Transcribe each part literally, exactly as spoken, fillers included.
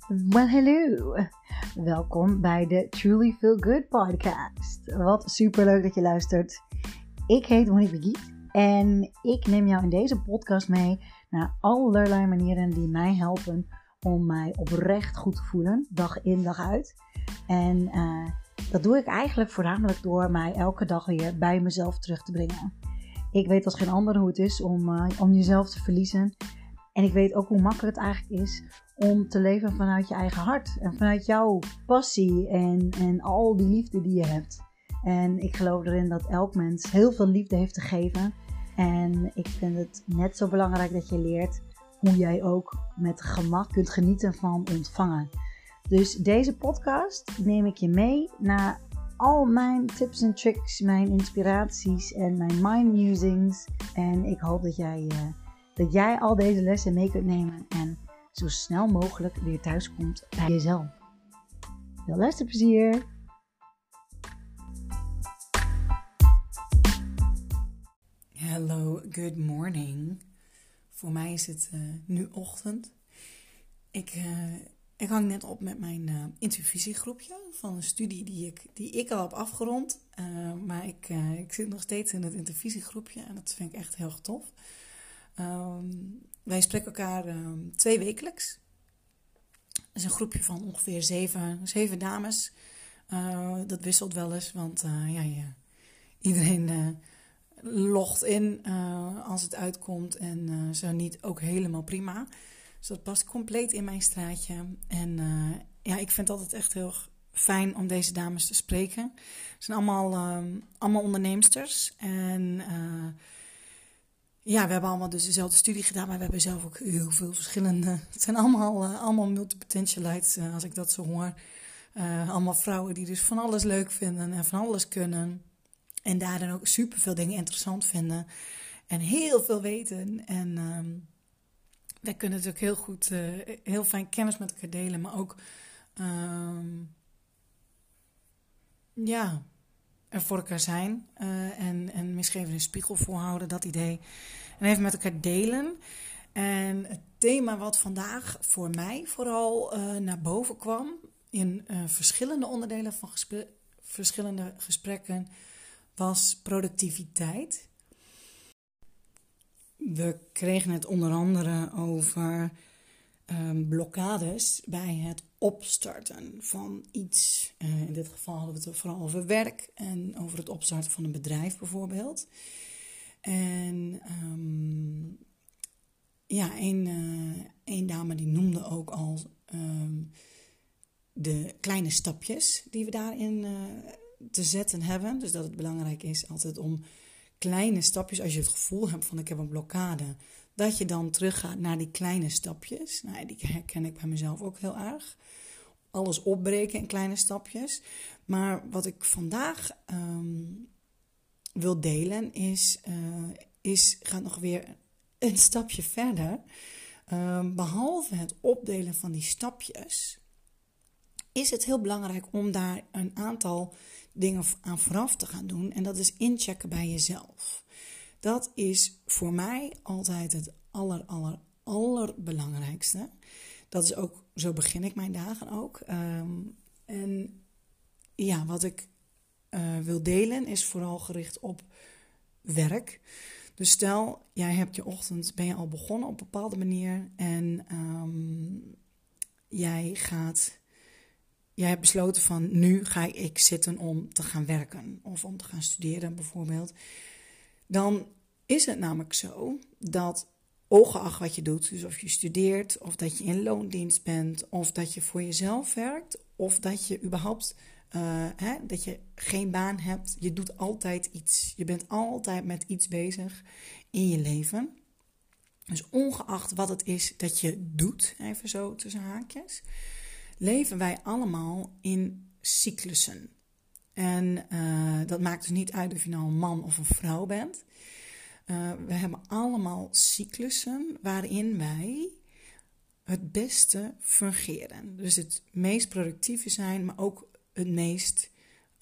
Well, hello. Welkom bij de Truly Feel Good podcast. Wat superleuk dat je luistert. Ik heet Monique Begiet en ik neem jou in deze podcast mee naar allerlei manieren die mij helpen om mij oprecht goed te voelen, dag in dag uit. En uh, dat doe ik eigenlijk voornamelijk door mij elke dag weer bij mezelf terug te brengen. Ik weet als geen ander hoe het is om, uh, om jezelf te verliezen. En ik weet ook hoe makkelijk het eigenlijk is om te leven vanuit je eigen hart. En vanuit jouw passie en, en al die liefde die je hebt. En ik geloof erin dat elk mens heel veel liefde heeft te geven. En ik vind het net zo belangrijk dat je leert hoe jij ook met gemak kunt genieten van ontvangen. Dus deze podcast neem ik je mee naar al mijn tips en tricks, mijn inspiraties en mijn mind musings. En ik hoop dat jij... Uh, Dat jij al deze lessen mee kunt nemen en zo snel mogelijk weer thuis komt bij jezelf. Veel luisterplezier! Hello, good morning. Voor mij is het uh, nu ochtend. Ik, uh, ik hang net op met mijn uh, intervisiegroepje van een studie die ik, die ik al heb afgerond. Uh, maar ik, uh, ik zit nog steeds in het intervisiegroepje en dat vind ik echt heel tof. Um, wij spreken elkaar um, twee wekelijks. Het is een groepje van ongeveer zeven, zeven dames. Uh, dat wisselt wel eens, want uh, ja, ja, iedereen uh, logt in uh, als het uitkomt. En uh, zo niet ook helemaal prima. Dus dat past compleet in mijn straatje. En uh, ja, ik vind het altijd echt heel fijn om deze dames te spreken. Ze zijn allemaal, um, allemaal onderneemsters. En... Uh, Ja, we hebben allemaal dus dezelfde studie gedaan, maar we hebben zelf ook heel veel verschillende... Het zijn allemaal, uh, allemaal multipotentialites, uh, als ik dat zo hoor. Uh, allemaal vrouwen die dus van alles leuk vinden en van alles kunnen. En daar dan ook superveel dingen interessant vinden. En heel veel weten. En um, wij kunnen natuurlijk heel goed, uh, heel fijn kennis met elkaar delen. Maar ook, um, ja... er voor elkaar zijn uh, en, en misschien even een spiegel voorhouden, dat idee. En even met elkaar delen. En het thema wat vandaag voor mij vooral uh, naar boven kwam, in uh, verschillende onderdelen van gespe- verschillende gesprekken, was productiviteit. We kregen het onder andere over um, blokkades bij het opstarten van iets. Uh, in dit geval hadden we het vooral over werk en over het opstarten van een bedrijf bijvoorbeeld. En um, ja, een, uh, een dame die noemde ook al um, de kleine stapjes die we daarin uh, te zetten hebben. Dus dat het belangrijk is altijd om kleine stapjes, als je het gevoel hebt van ik heb een blokkade, dat je dan teruggaat naar die kleine stapjes. Nou, die herken ik bij mezelf ook heel erg. Alles opbreken in kleine stapjes. Maar wat ik vandaag um, wil delen is, uh, is, gaat nog weer een stapje verder. Um, behalve het opdelen van die stapjes, is het heel belangrijk om daar een aantal dingen aan vooraf te gaan doen. En dat is inchecken bij jezelf. Dat is voor mij altijd het aller, aller, allerbelangrijkste. Dat is ook, zo begin ik mijn dagen ook. Um, en ja, wat ik uh, wil delen is vooral gericht op werk. Dus stel, jij hebt je ochtend, ben je al begonnen op een bepaalde manier. En um, jij gaat, jij hebt besloten van nu ga ik zitten om te gaan werken. Of om te gaan studeren bijvoorbeeld. Dan is het namelijk zo dat ongeacht wat je doet, dus of je studeert, of dat je in loondienst bent, of dat je voor jezelf werkt, of dat je überhaupt, uh, hè, dat je geen baan hebt, je doet altijd iets. Je bent altijd met iets bezig in je leven. Dus ongeacht wat het is dat je doet, even zo tussen haakjes, leven wij allemaal in cyclussen. En uh, dat maakt dus niet uit of je nou een man of een vrouw bent. Uh, we hebben allemaal cyclussen waarin wij het beste fungeren. Dus het meest productieve zijn, maar ook het meest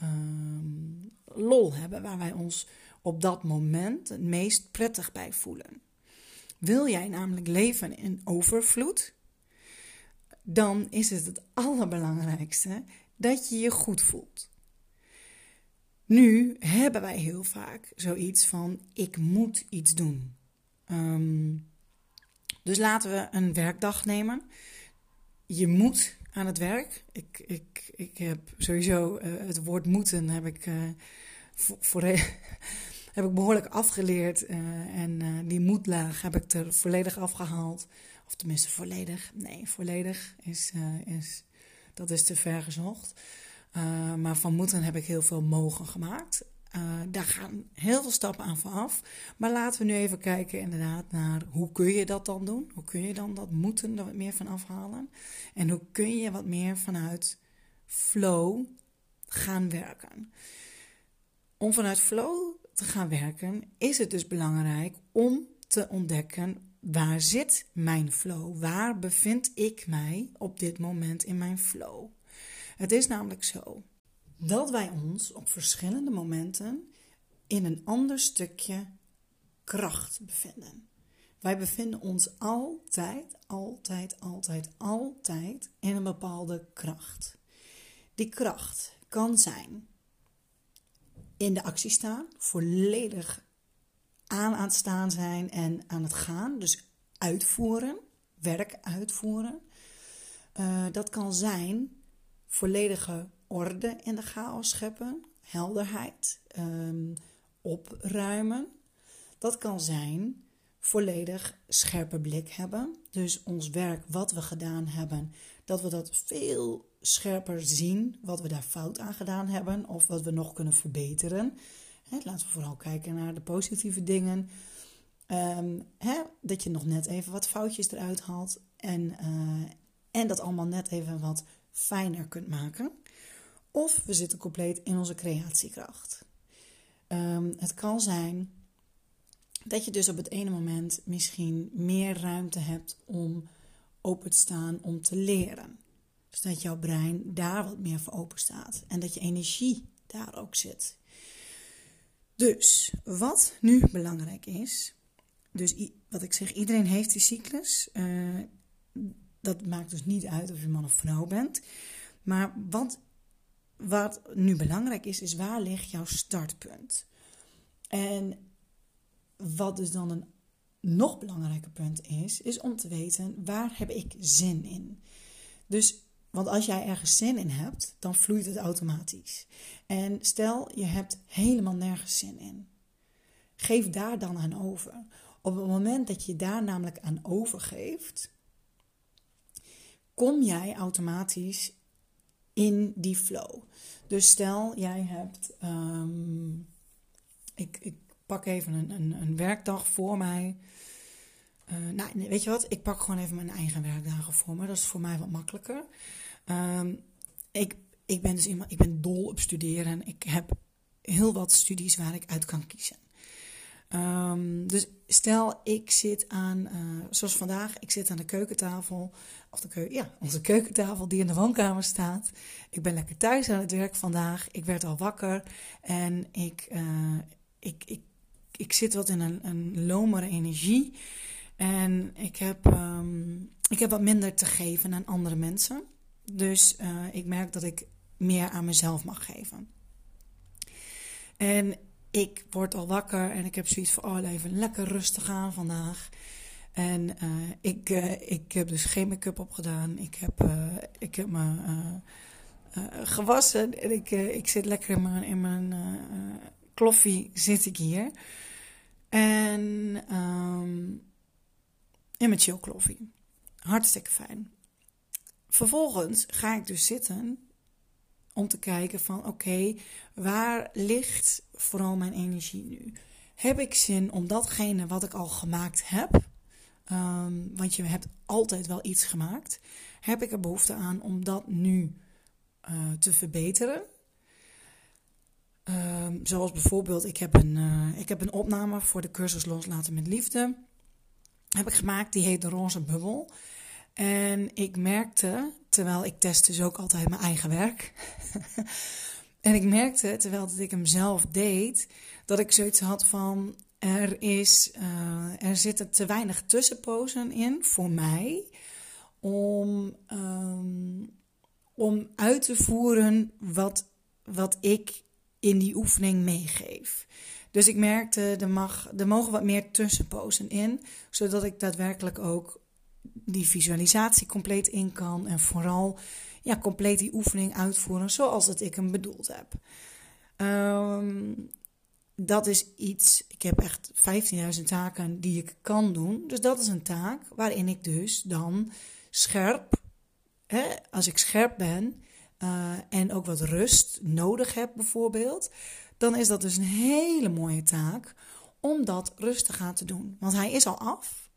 um, lol hebben. Waar wij ons op dat moment het meest prettig bij voelen. Wil jij namelijk leven in overvloed, dan is het het allerbelangrijkste dat je je goed voelt. Nu hebben wij heel vaak zoiets van, ik moet iets doen. Um, dus laten we een werkdag nemen. Je moet aan het werk. Ik, ik, ik heb sowieso uh, het woord moeten heb ik, uh, voor, voor, heb ik behoorlijk afgeleerd. Uh, en uh, die moedlaag heb ik er volledig afgehaald. Of tenminste volledig. Nee, volledig is, uh, is, dat is te ver gezocht. Uh, maar van moeten heb ik heel veel mogen gemaakt. Uh, daar gaan heel veel stappen aan vooraf. Maar laten we nu even kijken inderdaad naar hoe kun je dat dan doen? Hoe kun je dan dat moeten er wat meer van afhalen? En hoe kun je wat meer vanuit flow gaan werken? Om vanuit flow te gaan werken is het dus belangrijk om te ontdekken, waar zit mijn flow? Waar bevind ik mij op dit moment in mijn flow? Het is namelijk zo dat wij ons op verschillende momenten in een ander stukje kracht bevinden. Wij bevinden ons altijd, altijd, altijd, altijd in een bepaalde kracht. Die kracht kan zijn in de actie staan, volledig aan aan het staan zijn en aan het gaan, dus uitvoeren, werk uitvoeren. Uh, dat kan zijn volledige orde in de chaos scheppen, helderheid, um, opruimen. Dat kan zijn volledig scherpe blik hebben. Dus ons werk, wat we gedaan hebben, dat we dat veel scherper zien, wat we daar fout aan gedaan hebben of wat we nog kunnen verbeteren. He, laten we vooral kijken naar de positieve dingen. Um, he, dat je nog net even wat foutjes eruit haalt en, uh, en dat allemaal net even wat fijner kunt maken. Of we zitten compleet in onze creatiekracht. Um, het kan zijn dat je dus op het ene moment misschien meer ruimte hebt om open te staan om te leren. Dus dat jouw brein daar wat meer voor open staat. En dat je energie daar ook zit. Dus wat nu belangrijk is. Dus wat ik zeg, iedereen heeft die cyclus. Uh, dat maakt dus niet uit of je man of vrouw bent. Maar wat, wat nu belangrijk is, is waar ligt jouw startpunt? En wat dus dan een nog belangrijker punt is, is om te weten, waar heb ik zin in? Dus, want als jij ergens zin in hebt, dan vloeit het automatisch. En stel, je hebt helemaal nergens zin in. Geef daar dan aan over. Op het moment dat je daar namelijk aan overgeeft, kom jij automatisch in die flow. Dus stel, jij hebt, um, ik, ik pak even een, een, een werkdag voor mij. Uh, nou, weet je wat? Ik pak gewoon even mijn eigen werkdagen voor me. Dat is voor mij wat makkelijker. Um, ik, ik ben dus iemand, ik ben dol op studeren. Ik heb heel wat studies waar ik uit kan kiezen. Um, dus stel, ik zit aan, uh, zoals vandaag, ik zit aan de keukentafel. Of de keuken, ja, onze keukentafel die in de woonkamer staat. Ik ben lekker thuis aan het werk vandaag. Ik werd al wakker en ik, uh, ik, ik, ik zit wat in een, een lomere energie. En ik heb, um, ik heb wat minder te geven aan andere mensen. Dus uh, ik merk dat ik meer aan mezelf mag geven. En ik word al wakker en ik heb zoiets van, oh, even lekker rustig aan vandaag. En uh, ik, uh, ik heb dus geen make-up opgedaan. Ik heb, uh, ik heb me uh, uh, gewassen. En ik, uh, ik zit lekker in mijn, in mijn uh, kloffie zit ik hier. En um, in mijn chill kloffie. Hartstikke fijn. Vervolgens ga ik dus zitten om te kijken van oké, okay, waar ligt vooral mijn energie nu? Heb ik zin om datgene wat ik al gemaakt heb, um, want je hebt altijd wel iets gemaakt, heb ik er behoefte aan om dat nu uh, te verbeteren? Um, zoals bijvoorbeeld, ik heb, een, uh, ik heb een opname voor de cursus Loslaten met Liefde. Heb ik gemaakt, die heet de Roze Bubbel. En ik merkte, terwijl ik test dus ook altijd mijn eigen werk. en ik merkte, terwijl dat ik hem zelf deed, dat ik zoiets had van, er, is, uh, er zitten te weinig tussenpozen in voor mij, om, um, om uit te voeren wat, wat ik in die oefening meegeef. Dus ik merkte, er, mag, er mogen wat meer tussenpozen in, zodat ik daadwerkelijk ook die visualisatie compleet in kan en vooral ja, compleet die oefening uitvoeren zoals dat ik hem bedoeld heb. Um, dat is iets, ik heb echt vijftienduizend taken die ik kan doen. Dus dat is een taak waarin ik dus dan scherp, hè, als ik scherp ben uh, en ook wat rust nodig heb bijvoorbeeld, dan is dat dus een hele mooie taak om dat rustig gaan te doen. Want hij is al af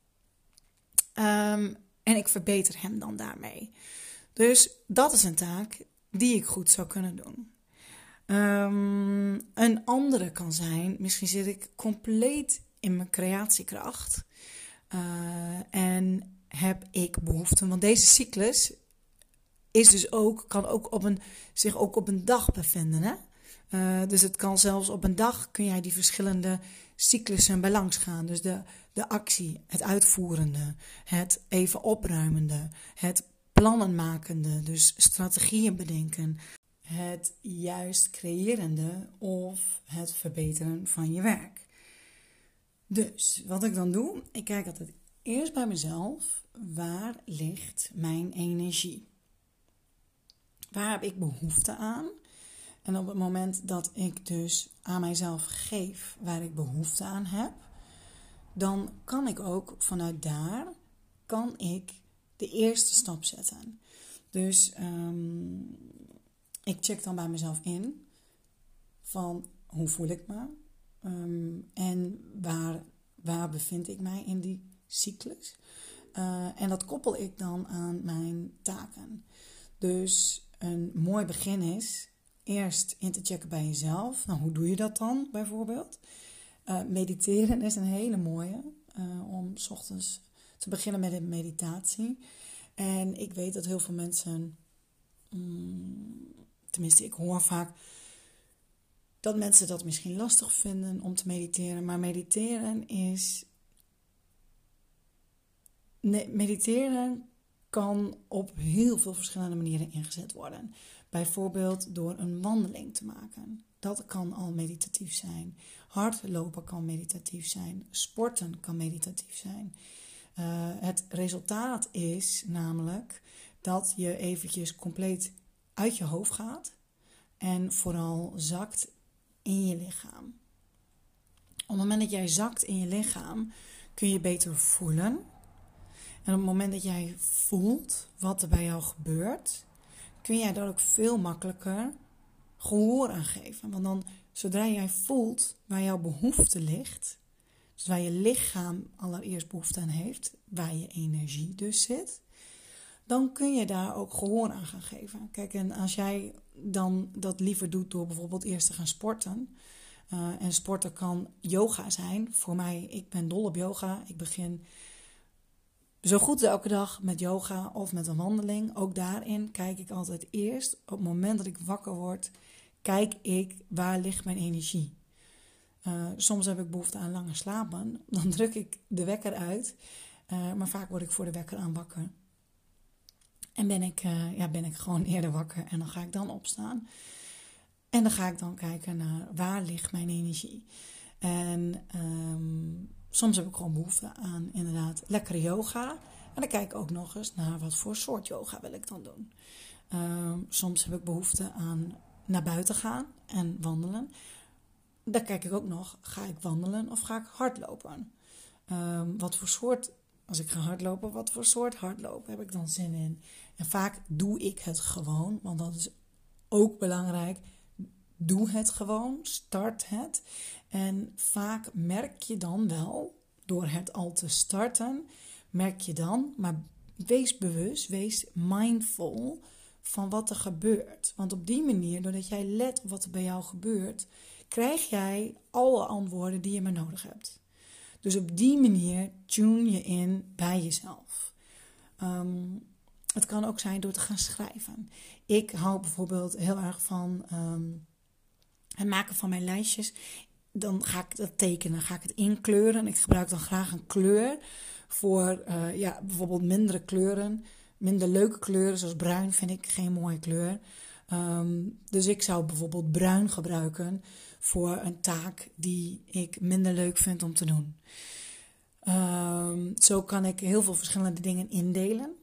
um, en ik verbeter hem dan daarmee. Dus dat is een taak die ik goed zou kunnen doen. Um, een andere kan zijn, misschien zit ik compleet in mijn creatiekracht uh, en heb ik behoefte, want deze cyclus is dus ook, kan ook op een, zich ook op een dag bevinden. Hè? Uh, dus het kan zelfs op een dag, kun jij die verschillende cyclussen bij langs gaan. Dus de, de actie, het uitvoerende, het even opruimende, het plannenmakende, dus strategieën bedenken, het juist creërende of het verbeteren van je werk. Dus wat ik dan doe, ik kijk altijd eerst bij mezelf, waar ligt mijn energie? Waar heb ik behoefte aan? En op het moment dat ik dus aan mijzelf geef waar ik behoefte aan heb, dan kan ik ook vanuit daar, kan ik de eerste stap zetten. Dus um, ik check dan bij mezelf in van hoe voel ik me um, en waar, waar bevind ik mij in die cyclus. Uh, en dat koppel ik dan aan mijn taken. Dus een mooi begin is eerst in te checken bij jezelf. Nou, hoe doe je dat dan bijvoorbeeld? Uh, mediteren is een hele mooie uh, om 's ochtends te beginnen met een meditatie. En ik weet dat heel veel mensen, um, tenminste ik hoor vaak dat mensen dat misschien lastig vinden om te mediteren. Maar mediteren is, nee, mediteren kan op heel veel verschillende manieren ingezet worden. Bijvoorbeeld door een wandeling te maken. Dat kan al meditatief zijn. Hardlopen kan meditatief zijn. Sporten kan meditatief zijn. Uh, het resultaat is namelijk dat je eventjes compleet uit je hoofd gaat en vooral zakt in je lichaam. Op het moment dat jij zakt in je lichaam kun je beter voelen. En op het moment dat jij voelt wat er bij jou gebeurt, kun jij daar ook veel makkelijker gehoor aan geven. Want dan, zodra jij voelt waar jouw behoefte ligt, dus waar je lichaam allereerst behoefte aan heeft, waar je energie dus zit, dan kun je daar ook gehoor aan gaan geven. Kijk, en als jij dan dat liever doet door bijvoorbeeld eerst te gaan sporten, uh, en sporten kan yoga zijn. Voor mij, ik ben dol op yoga. Ik begin zo goed elke dag met yoga of met een wandeling. Ook daarin kijk ik altijd eerst, op het moment dat ik wakker word, kijk ik waar ligt mijn energie. Uh, soms heb ik behoefte aan lange slapen. Dan druk ik de wekker uit. Uh, maar vaak word ik voor de wekker aan wakker. En ben ik, uh, ja, ben ik gewoon eerder wakker. En dan ga ik dan opstaan. En dan ga ik dan kijken naar waar ligt mijn energie. En um, soms heb ik gewoon behoefte aan inderdaad lekkere yoga. En dan kijk ik ook nog eens naar wat voor soort yoga wil ik dan doen. Um, soms heb ik behoefte aan naar buiten gaan en wandelen. Daar kijk ik ook nog, ga ik wandelen of ga ik hardlopen? Um, wat voor soort, als ik ga hardlopen, wat voor soort hardlopen heb ik dan zin in? En vaak doe ik het gewoon, want dat is ook belangrijk. Doe het gewoon, start het. En vaak merk je dan wel, door het al te starten, merk je dan, maar wees bewust, wees mindful van wat er gebeurt. Want op die manier, doordat jij let op wat er bij jou gebeurt, krijg jij alle antwoorden die je maar nodig hebt. Dus op die manier tune je in bij jezelf. Um, het kan ook zijn door te gaan schrijven. Ik hou bijvoorbeeld heel erg van um, het maken van mijn lijstjes. Dan ga ik dat tekenen, ga ik het inkleuren. Ik gebruik dan graag een kleur voor uh, ja, bijvoorbeeld mindere kleuren. Minder leuke kleuren, zoals bruin vind ik geen mooie kleur. Um, dus ik zou bijvoorbeeld bruin gebruiken voor een taak die ik minder leuk vind om te doen. Um, zo kan ik heel veel verschillende dingen indelen.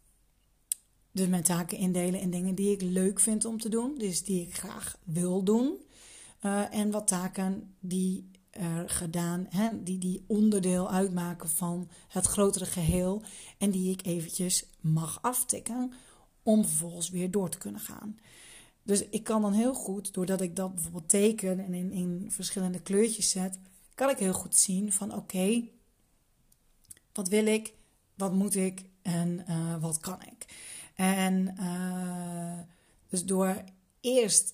Dus mijn taken indelen in dingen die ik leuk vind om te doen. Dus die ik graag wil doen. Uh, en wat taken die er gedaan, hè, die, die onderdeel uitmaken van het grotere geheel. En die ik eventjes mag aftikken om vervolgens weer door te kunnen gaan. Dus ik kan dan heel goed, doordat ik dat bijvoorbeeld teken en in, in verschillende kleurtjes zet, kan ik heel goed zien van oké, okay, wat wil ik, wat moet ik en uh, wat kan ik. En uh, dus door eerst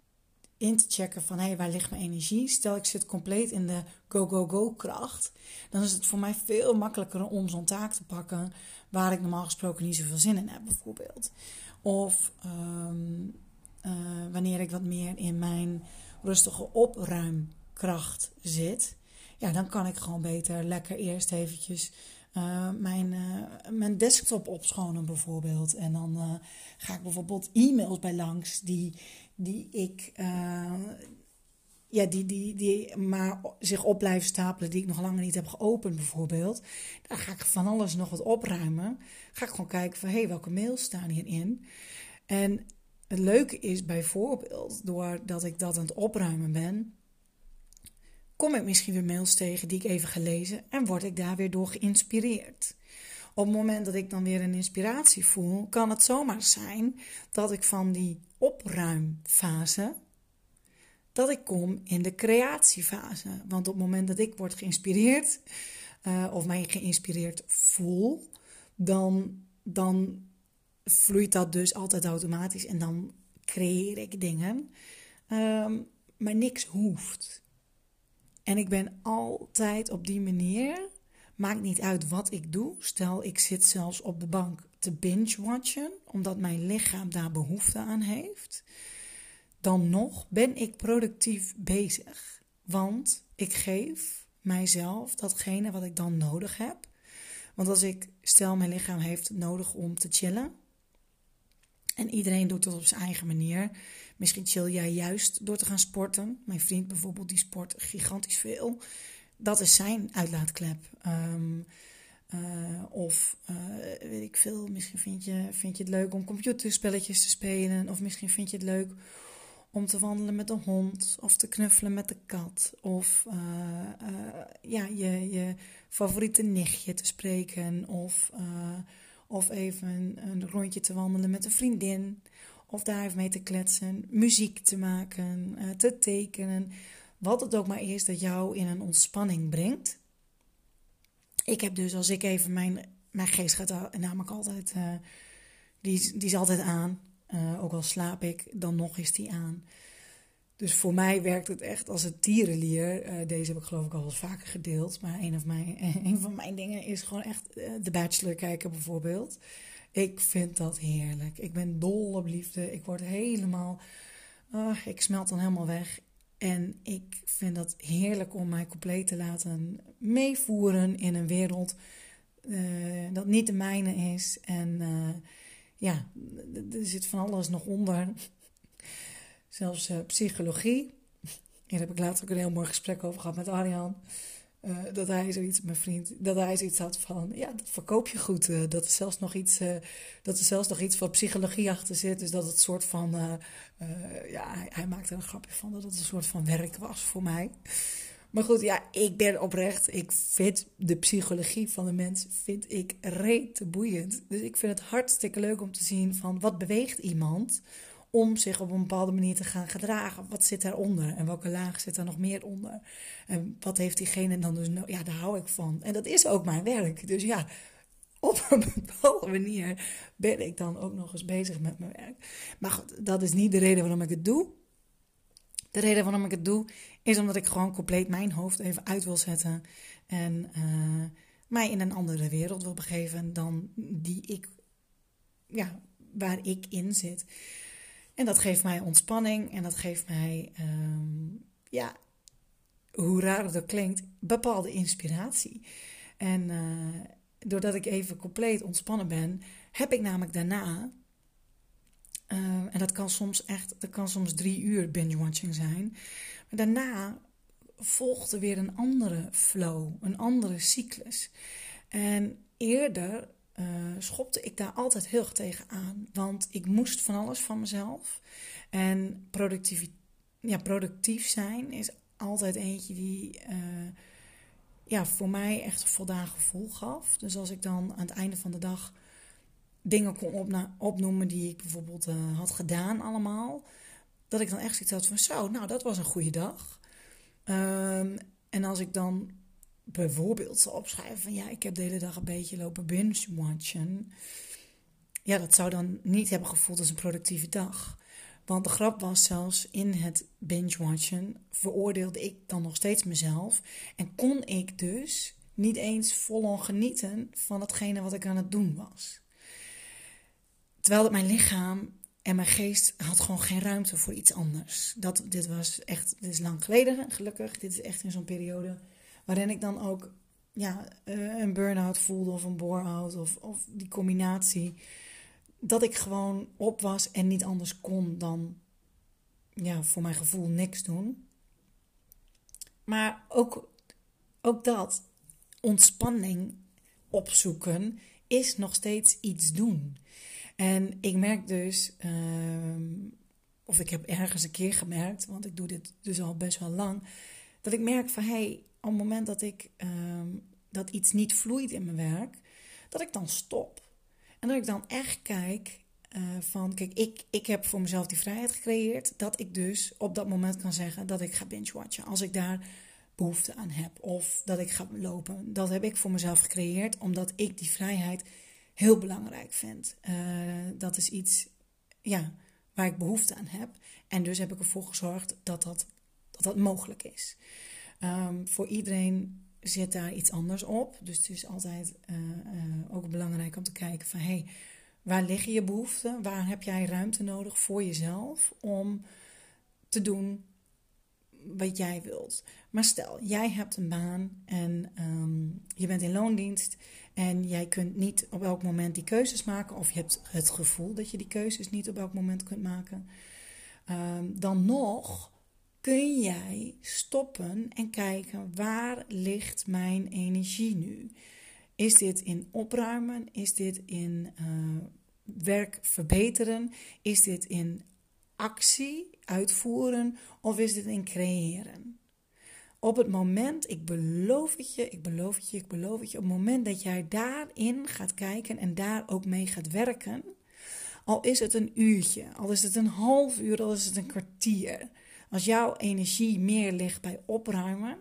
in te checken van hé, hey, waar ligt mijn energie? Stel ik zit compleet in de go-go-go kracht, dan is het voor mij veel makkelijker om zo'n taak te pakken waar ik normaal gesproken niet zoveel zin in heb bijvoorbeeld. Of um, uh, wanneer ik wat meer in mijn rustige opruimkracht zit, ja, dan kan ik gewoon beter lekker eerst eventjes Uh, mijn, uh, mijn desktop opschonen bijvoorbeeld. En dan uh, ga ik bijvoorbeeld e-mails bij langs die, die ik uh, ja, die, die, die maar zich op blijven stapelen, die ik nog langer niet heb geopend bijvoorbeeld. Daar ga ik van alles nog wat opruimen. Ga ik gewoon kijken van hé, hey, welke mails staan hierin? En het leuke is bijvoorbeeld, doordat ik dat aan het opruimen ben, kom ik misschien weer mails tegen die ik even gelezen en word ik daar weer door geïnspireerd. Op het moment dat ik dan weer een inspiratie voel, kan het zomaar zijn dat ik van die opruimfase, dat ik kom in de creatiefase. Want op het moment dat ik word geïnspireerd, uh, of mij geïnspireerd voel, dan, dan vloeit dat dus altijd automatisch en dan creëer ik dingen. Um, maar niks hoeft. En ik ben altijd op die manier, maakt niet uit wat ik doe. Stel, ik zit zelfs op de bank te binge-watchen, omdat mijn lichaam daar behoefte aan heeft. Dan nog ben ik productief bezig. Want ik geef mijzelf datgene wat ik dan nodig heb. Want als ik, stel mijn lichaam heeft nodig om te chillen. En iedereen doet dat op zijn eigen manier. Misschien chill jij juist door te gaan sporten. Mijn vriend bijvoorbeeld, die sport gigantisch veel. Dat is zijn uitlaatklep. Um, uh, of uh, weet ik veel, misschien vind je, vind je het leuk om computerspelletjes te spelen. Of misschien vind je het leuk om te wandelen met de hond. Of te knuffelen met de kat. Of uh, uh, ja, je, je favoriete nichtje te spreken. Of, uh, of even een rondje te wandelen met een vriendin. Of daar even mee te kletsen, muziek te maken, uh, te tekenen. Wat het ook maar is dat jou in een ontspanning brengt. Ik heb dus, als ik even mijn, mijn geest gaat namelijk altijd, uh, die, die is altijd aan. Uh, ook al slaap ik, dan nog is die aan. Dus voor mij werkt het echt als een tierenlier. Uh, deze heb ik geloof ik al wel vaker gedeeld. Maar een, of mijn, een van mijn dingen is gewoon echt uh, The Bachelor kijken bijvoorbeeld. Ik vind dat heerlijk. Ik ben dol op liefde. Ik word helemaal... Uh, ik smelt dan helemaal weg. En ik vind dat heerlijk om mij compleet te laten meevoeren in een wereld uh, dat niet de mijne is. En uh, ja, er zit van alles nog onder. Zelfs uh, psychologie. Hier heb ik laatst ook een heel mooi gesprek over gehad met Arjan. Uh, dat hij zoiets, mijn vriend, dat hij zoiets had van, ja, dat verkoop je goed. Uh, dat er zelfs nog iets, uh, dat er zelfs nog iets van psychologie achter zit. Dus dat het soort van, uh, uh, ja, hij, hij maakte er een grapje van dat het een soort van werk was voor mij. Maar goed, ja, ik ben oprecht, ik vind de psychologie van de mens, vind ik rete boeiend. Dus ik vind het hartstikke leuk om te zien van, wat beweegt iemand om zich op een bepaalde manier te gaan gedragen. Wat zit daaronder? En welke laag zit er nog meer onder? En wat heeft diegene dan dus... Ja, daar hou ik van. En dat is ook mijn werk. Dus ja, op een bepaalde manier ben ik dan ook nog eens bezig met mijn werk. Maar goed, dat is niet de reden waarom ik het doe. De reden waarom ik het doe, is omdat ik gewoon compleet mijn hoofd even uit wil zetten. En uh, mij in een andere wereld wil begeven dan die ik... Ja, waar ik in zit. En dat geeft mij ontspanning en dat geeft mij, um, ja, hoe raar het ook klinkt, bepaalde inspiratie. En uh, doordat ik even compleet ontspannen ben, heb ik namelijk daarna, uh, en dat kan soms echt, dat kan soms drie uur binge-watching zijn, maar daarna volgde weer een andere flow, een andere cyclus. En eerder uh, schopte ik daar altijd heel erg tegen aan, want ik moest van alles van mezelf. En productief, ja, productief zijn is altijd eentje die uh, ja, voor mij echt een voldaan gevoel gaf. Dus als ik dan aan het einde van de dag dingen kon opna- opnoemen die ik bijvoorbeeld uh, had gedaan allemaal, dat ik dan echt zoiets had van zo, nou dat was een goede dag. Um, en als ik dan bijvoorbeeld zou opschrijven van ja, ik heb de hele dag een beetje lopen binge-watchen. Ja, dat zou dan niet hebben gevoeld als een productieve dag. Want de grap was zelfs in het binge-watchen veroordeelde ik dan nog steeds mezelf. En kon ik dus niet eens volon genieten van hetgene wat ik aan het doen was. Terwijl dat mijn lichaam en mijn geest had gewoon geen ruimte voor iets anders. Dat, dit was echt, dit is lang geleden gelukkig. Dit is echt in zo'n periode waarin ik dan ook ja, een burn-out voelde of een bore-out of, of die combinatie. Dat ik gewoon op was en niet anders kon dan ja, voor mijn gevoel niks doen. Maar ook, ook dat, ontspanning opzoeken, is nog steeds iets doen. En ik merk dus, uh, of ik heb ergens een keer gemerkt, want ik doe dit dus al best wel lang, dat ik merk van, hé, hey, op het moment dat ik uh, dat iets niet vloeit in mijn werk, dat ik dan stop. En dat ik dan echt kijk uh, van, kijk, ik, ik heb voor mezelf die vrijheid gecreëerd, dat ik dus op dat moment kan zeggen dat ik ga binge-watchen. Als ik daar behoefte aan heb of dat ik ga lopen. Dat heb ik voor mezelf gecreëerd, omdat ik die vrijheid heel belangrijk vind. Uh, dat is iets ja, waar ik behoefte aan heb. En dus heb ik ervoor gezorgd dat dat, dat, dat mogelijk is. Um, voor iedereen zit daar iets anders op. Dus het is altijd uh, uh, ook belangrijk om te kijken van, hey, waar liggen je behoeften? Waar heb jij ruimte nodig voor jezelf om te doen wat jij wilt? Maar stel, jij hebt een baan en um, je bent in loondienst en jij kunt niet op elk moment die keuzes maken, of je hebt het gevoel dat je die keuzes niet op elk moment kunt maken. Um, dan nog kun jij stoppen en kijken, waar ligt mijn energie nu? Is dit in opruimen? Is dit in uh, werk verbeteren? Is dit in actie uitvoeren? Of is dit in creëren? Op het moment, ik beloof het je, ik beloof het je, ik beloof het je, op het moment dat jij daarin gaat kijken en daar ook mee gaat werken, al is het een uurtje, al is het een half uur, al is het een kwartier. Als jouw energie meer ligt bij opruimen,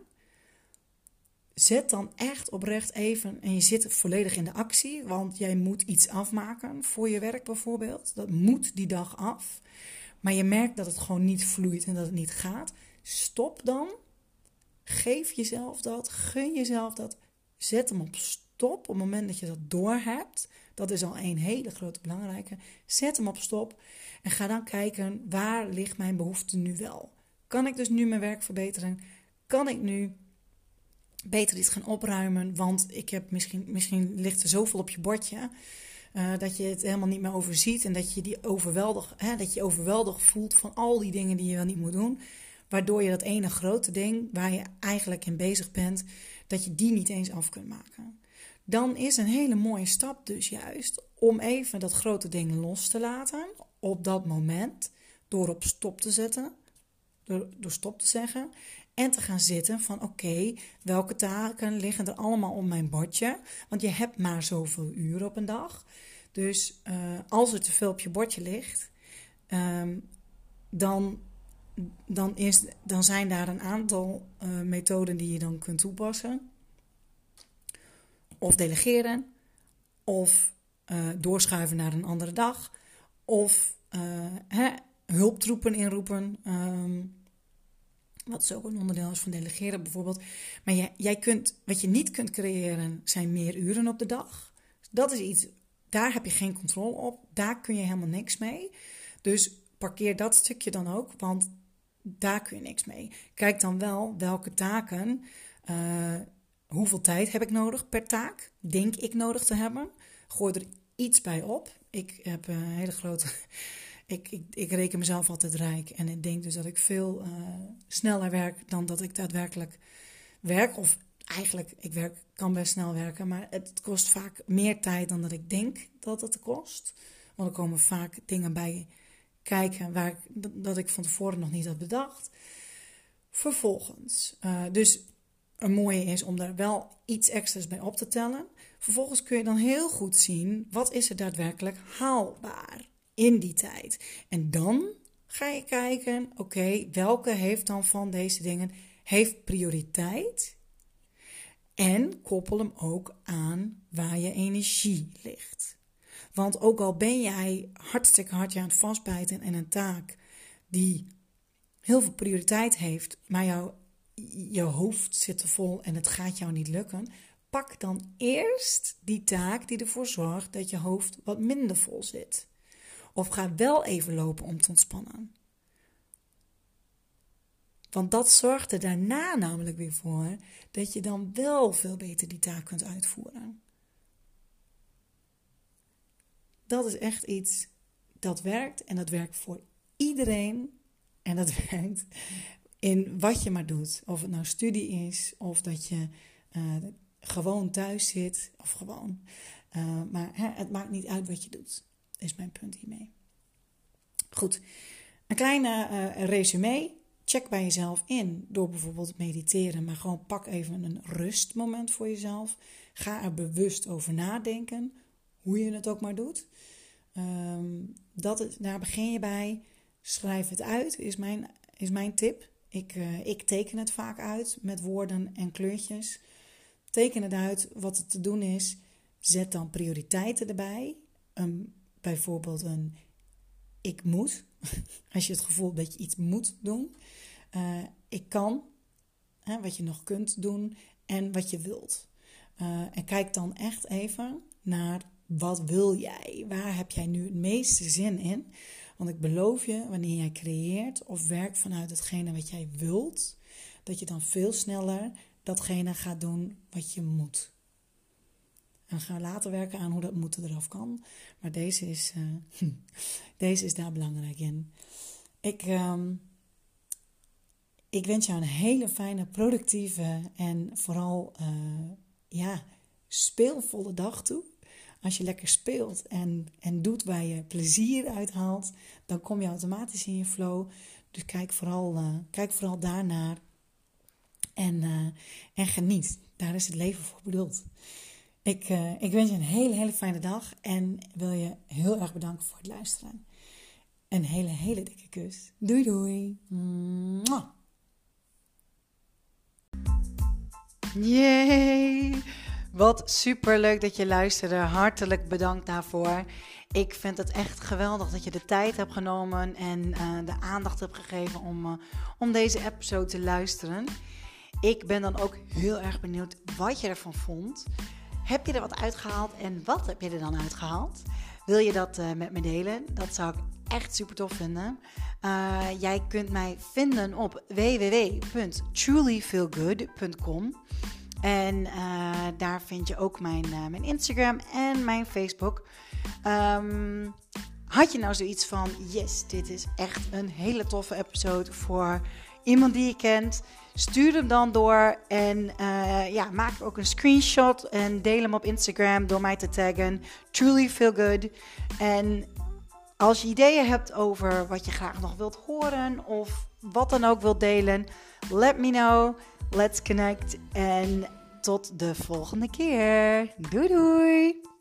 zet dan echt oprecht even, en je zit volledig in de actie, want jij moet iets afmaken voor je werk bijvoorbeeld. Dat moet die dag af. Maar je merkt dat het gewoon niet vloeit en dat het niet gaat. Stop dan. Geef jezelf dat. Gun jezelf dat. Zet hem op stop op het moment dat je dat doorhebt. Dat is al een hele grote belangrijke. Zet hem op stop en ga dan kijken, waar ligt mijn behoefte nu wel? Kan ik dus nu mijn werk verbeteren? Kan ik nu beter iets gaan opruimen? Want ik heb misschien, misschien ligt er zoveel op je bordje Uh, dat je het helemaal niet meer overziet en dat je die overweldig, hè, dat je overweldigd voelt van al die dingen die je wel niet moet doen. Waardoor je dat ene grote ding waar je eigenlijk in bezig bent, dat je die niet eens af kunt maken. Dan is een hele mooie stap dus juist om even dat grote ding los te laten op dat moment. Door op stop te zetten, door, door stop te zeggen. En te gaan zitten van oké, okay, welke taken liggen er allemaal op mijn bordje? Want je hebt maar zoveel uur op een dag. Dus uh, als er te veel op je bordje ligt, um, dan, dan, is, dan zijn daar een aantal uh, methoden die je dan kunt toepassen. Of delegeren, of uh, doorschuiven naar een andere dag, of uh, hè, hulptroepen inroepen. Um, Wat dus ook een onderdeel is van delegeren bijvoorbeeld. Maar jij, jij kunt, wat je niet kunt creëren, zijn meer uren op de dag. Dat is iets, daar heb je geen controle op. Daar kun je helemaal niks mee. Dus parkeer dat stukje dan ook, want daar kun je niks mee. Kijk dan wel welke taken uh, hoeveel tijd heb ik nodig per taak? Denk ik nodig te hebben? Gooi er iets bij op. Ik heb een hele grote... ik, ik, ik reken mezelf altijd rijk. En ik denk dus dat ik veel uh, sneller werk dan dat ik daadwerkelijk werk. Of eigenlijk, ik werk, kan best snel werken. Maar het kost vaak meer tijd dan dat ik denk dat het kost. Want er komen vaak dingen bij kijken waar ik, dat ik van tevoren nog niet had bedacht. Vervolgens, uh, dus een mooie is om daar wel iets extra's bij op te tellen. Vervolgens kun je dan heel goed zien, wat is er daadwerkelijk haalbaar in die tijd. En dan ga je kijken, oké, okay, welke heeft dan van deze dingen, heeft prioriteit. En koppel hem ook aan waar je energie ligt. Want ook al ben jij hartstikke hard aan het vastbijten in een taak die heel veel prioriteit heeft, maar jouw, je hoofd zit er vol en het gaat jou niet lukken, pak dan eerst die taak die ervoor zorgt dat je hoofd wat minder vol zit. Of ga wel even lopen om te ontspannen. Want dat zorgt er daarna namelijk weer voor dat je dan wel veel beter die taak kunt uitvoeren. Dat is echt iets dat werkt en dat werkt voor iedereen. En dat werkt in wat je maar doet. Of het nou studie is of dat je uh, gewoon thuis zit. Of gewoon. Uh, maar hè, het maakt niet uit wat je doet. Is mijn punt hiermee. Goed. Een kleine uh, resume. Check bij jezelf in door bijvoorbeeld mediteren. Maar gewoon pak even een rustmoment voor jezelf. Ga er bewust over nadenken. Hoe je het ook maar doet. Um, dat het, daar begin je bij. Schrijf het uit, is mijn, is mijn tip. Ik, uh, ik teken het vaak uit met woorden en kleurtjes. Teken het uit wat er te doen is. Zet dan prioriteiten erbij. Um, bijvoorbeeld een ik moet. Als je het gevoel hebt dat je iets moet doen. Uh, ik kan. Hè, wat je nog kunt doen. En wat je wilt. Uh, en kijk dan echt even naar wat wil jij? Waar heb jij nu het meeste zin in? Want ik beloof je, wanneer jij creëert of werkt vanuit hetgene wat jij wilt, dat je dan veel sneller datgene gaat doen wat je moet. En we gaan later werken aan hoe dat moeten eraf kan. Maar deze is, uh, deze is daar belangrijk in. Ik, um, ik wens jou een hele fijne, productieve en vooral uh, ja, speelvolle dag toe. Als je lekker speelt en, en doet waar je plezier uit haalt, dan kom je automatisch in je flow. Dus kijk vooral, uh, kijk vooral daarnaar en, uh, en geniet. Daar is het leven voor bedoeld. Ik, uh, ik wens je een hele, hele fijne dag en wil je heel erg bedanken voor het luisteren. Een hele, hele dikke kus. Doei doei. Mwah. Yay! Wat superleuk dat je luisterde. Hartelijk bedankt daarvoor. Ik vind het echt geweldig dat je de tijd hebt genomen en uh, de aandacht hebt gegeven om, uh, om deze episode te luisteren. Ik ben dan ook heel erg benieuwd wat je ervan vond. Heb je er wat uitgehaald en wat heb je er dan uitgehaald? Wil je dat uh, met me delen? Dat zou ik echt super tof vinden. Uh, jij kunt mij vinden op w w w punt truly feel good punt com. En uh, daar vind je ook mijn, uh, mijn Instagram en mijn Facebook. Um, had je nou zoiets van, yes, dit is echt een hele toffe episode voor iemand die je kent. Stuur hem dan door en uh, ja, maak ook een screenshot en deel hem op Instagram door mij te taggen. Truly feel good. En als je ideeën hebt over wat je graag nog wilt horen of wat dan ook wilt delen, let me know. Let's connect en tot de volgende keer. Doei doei!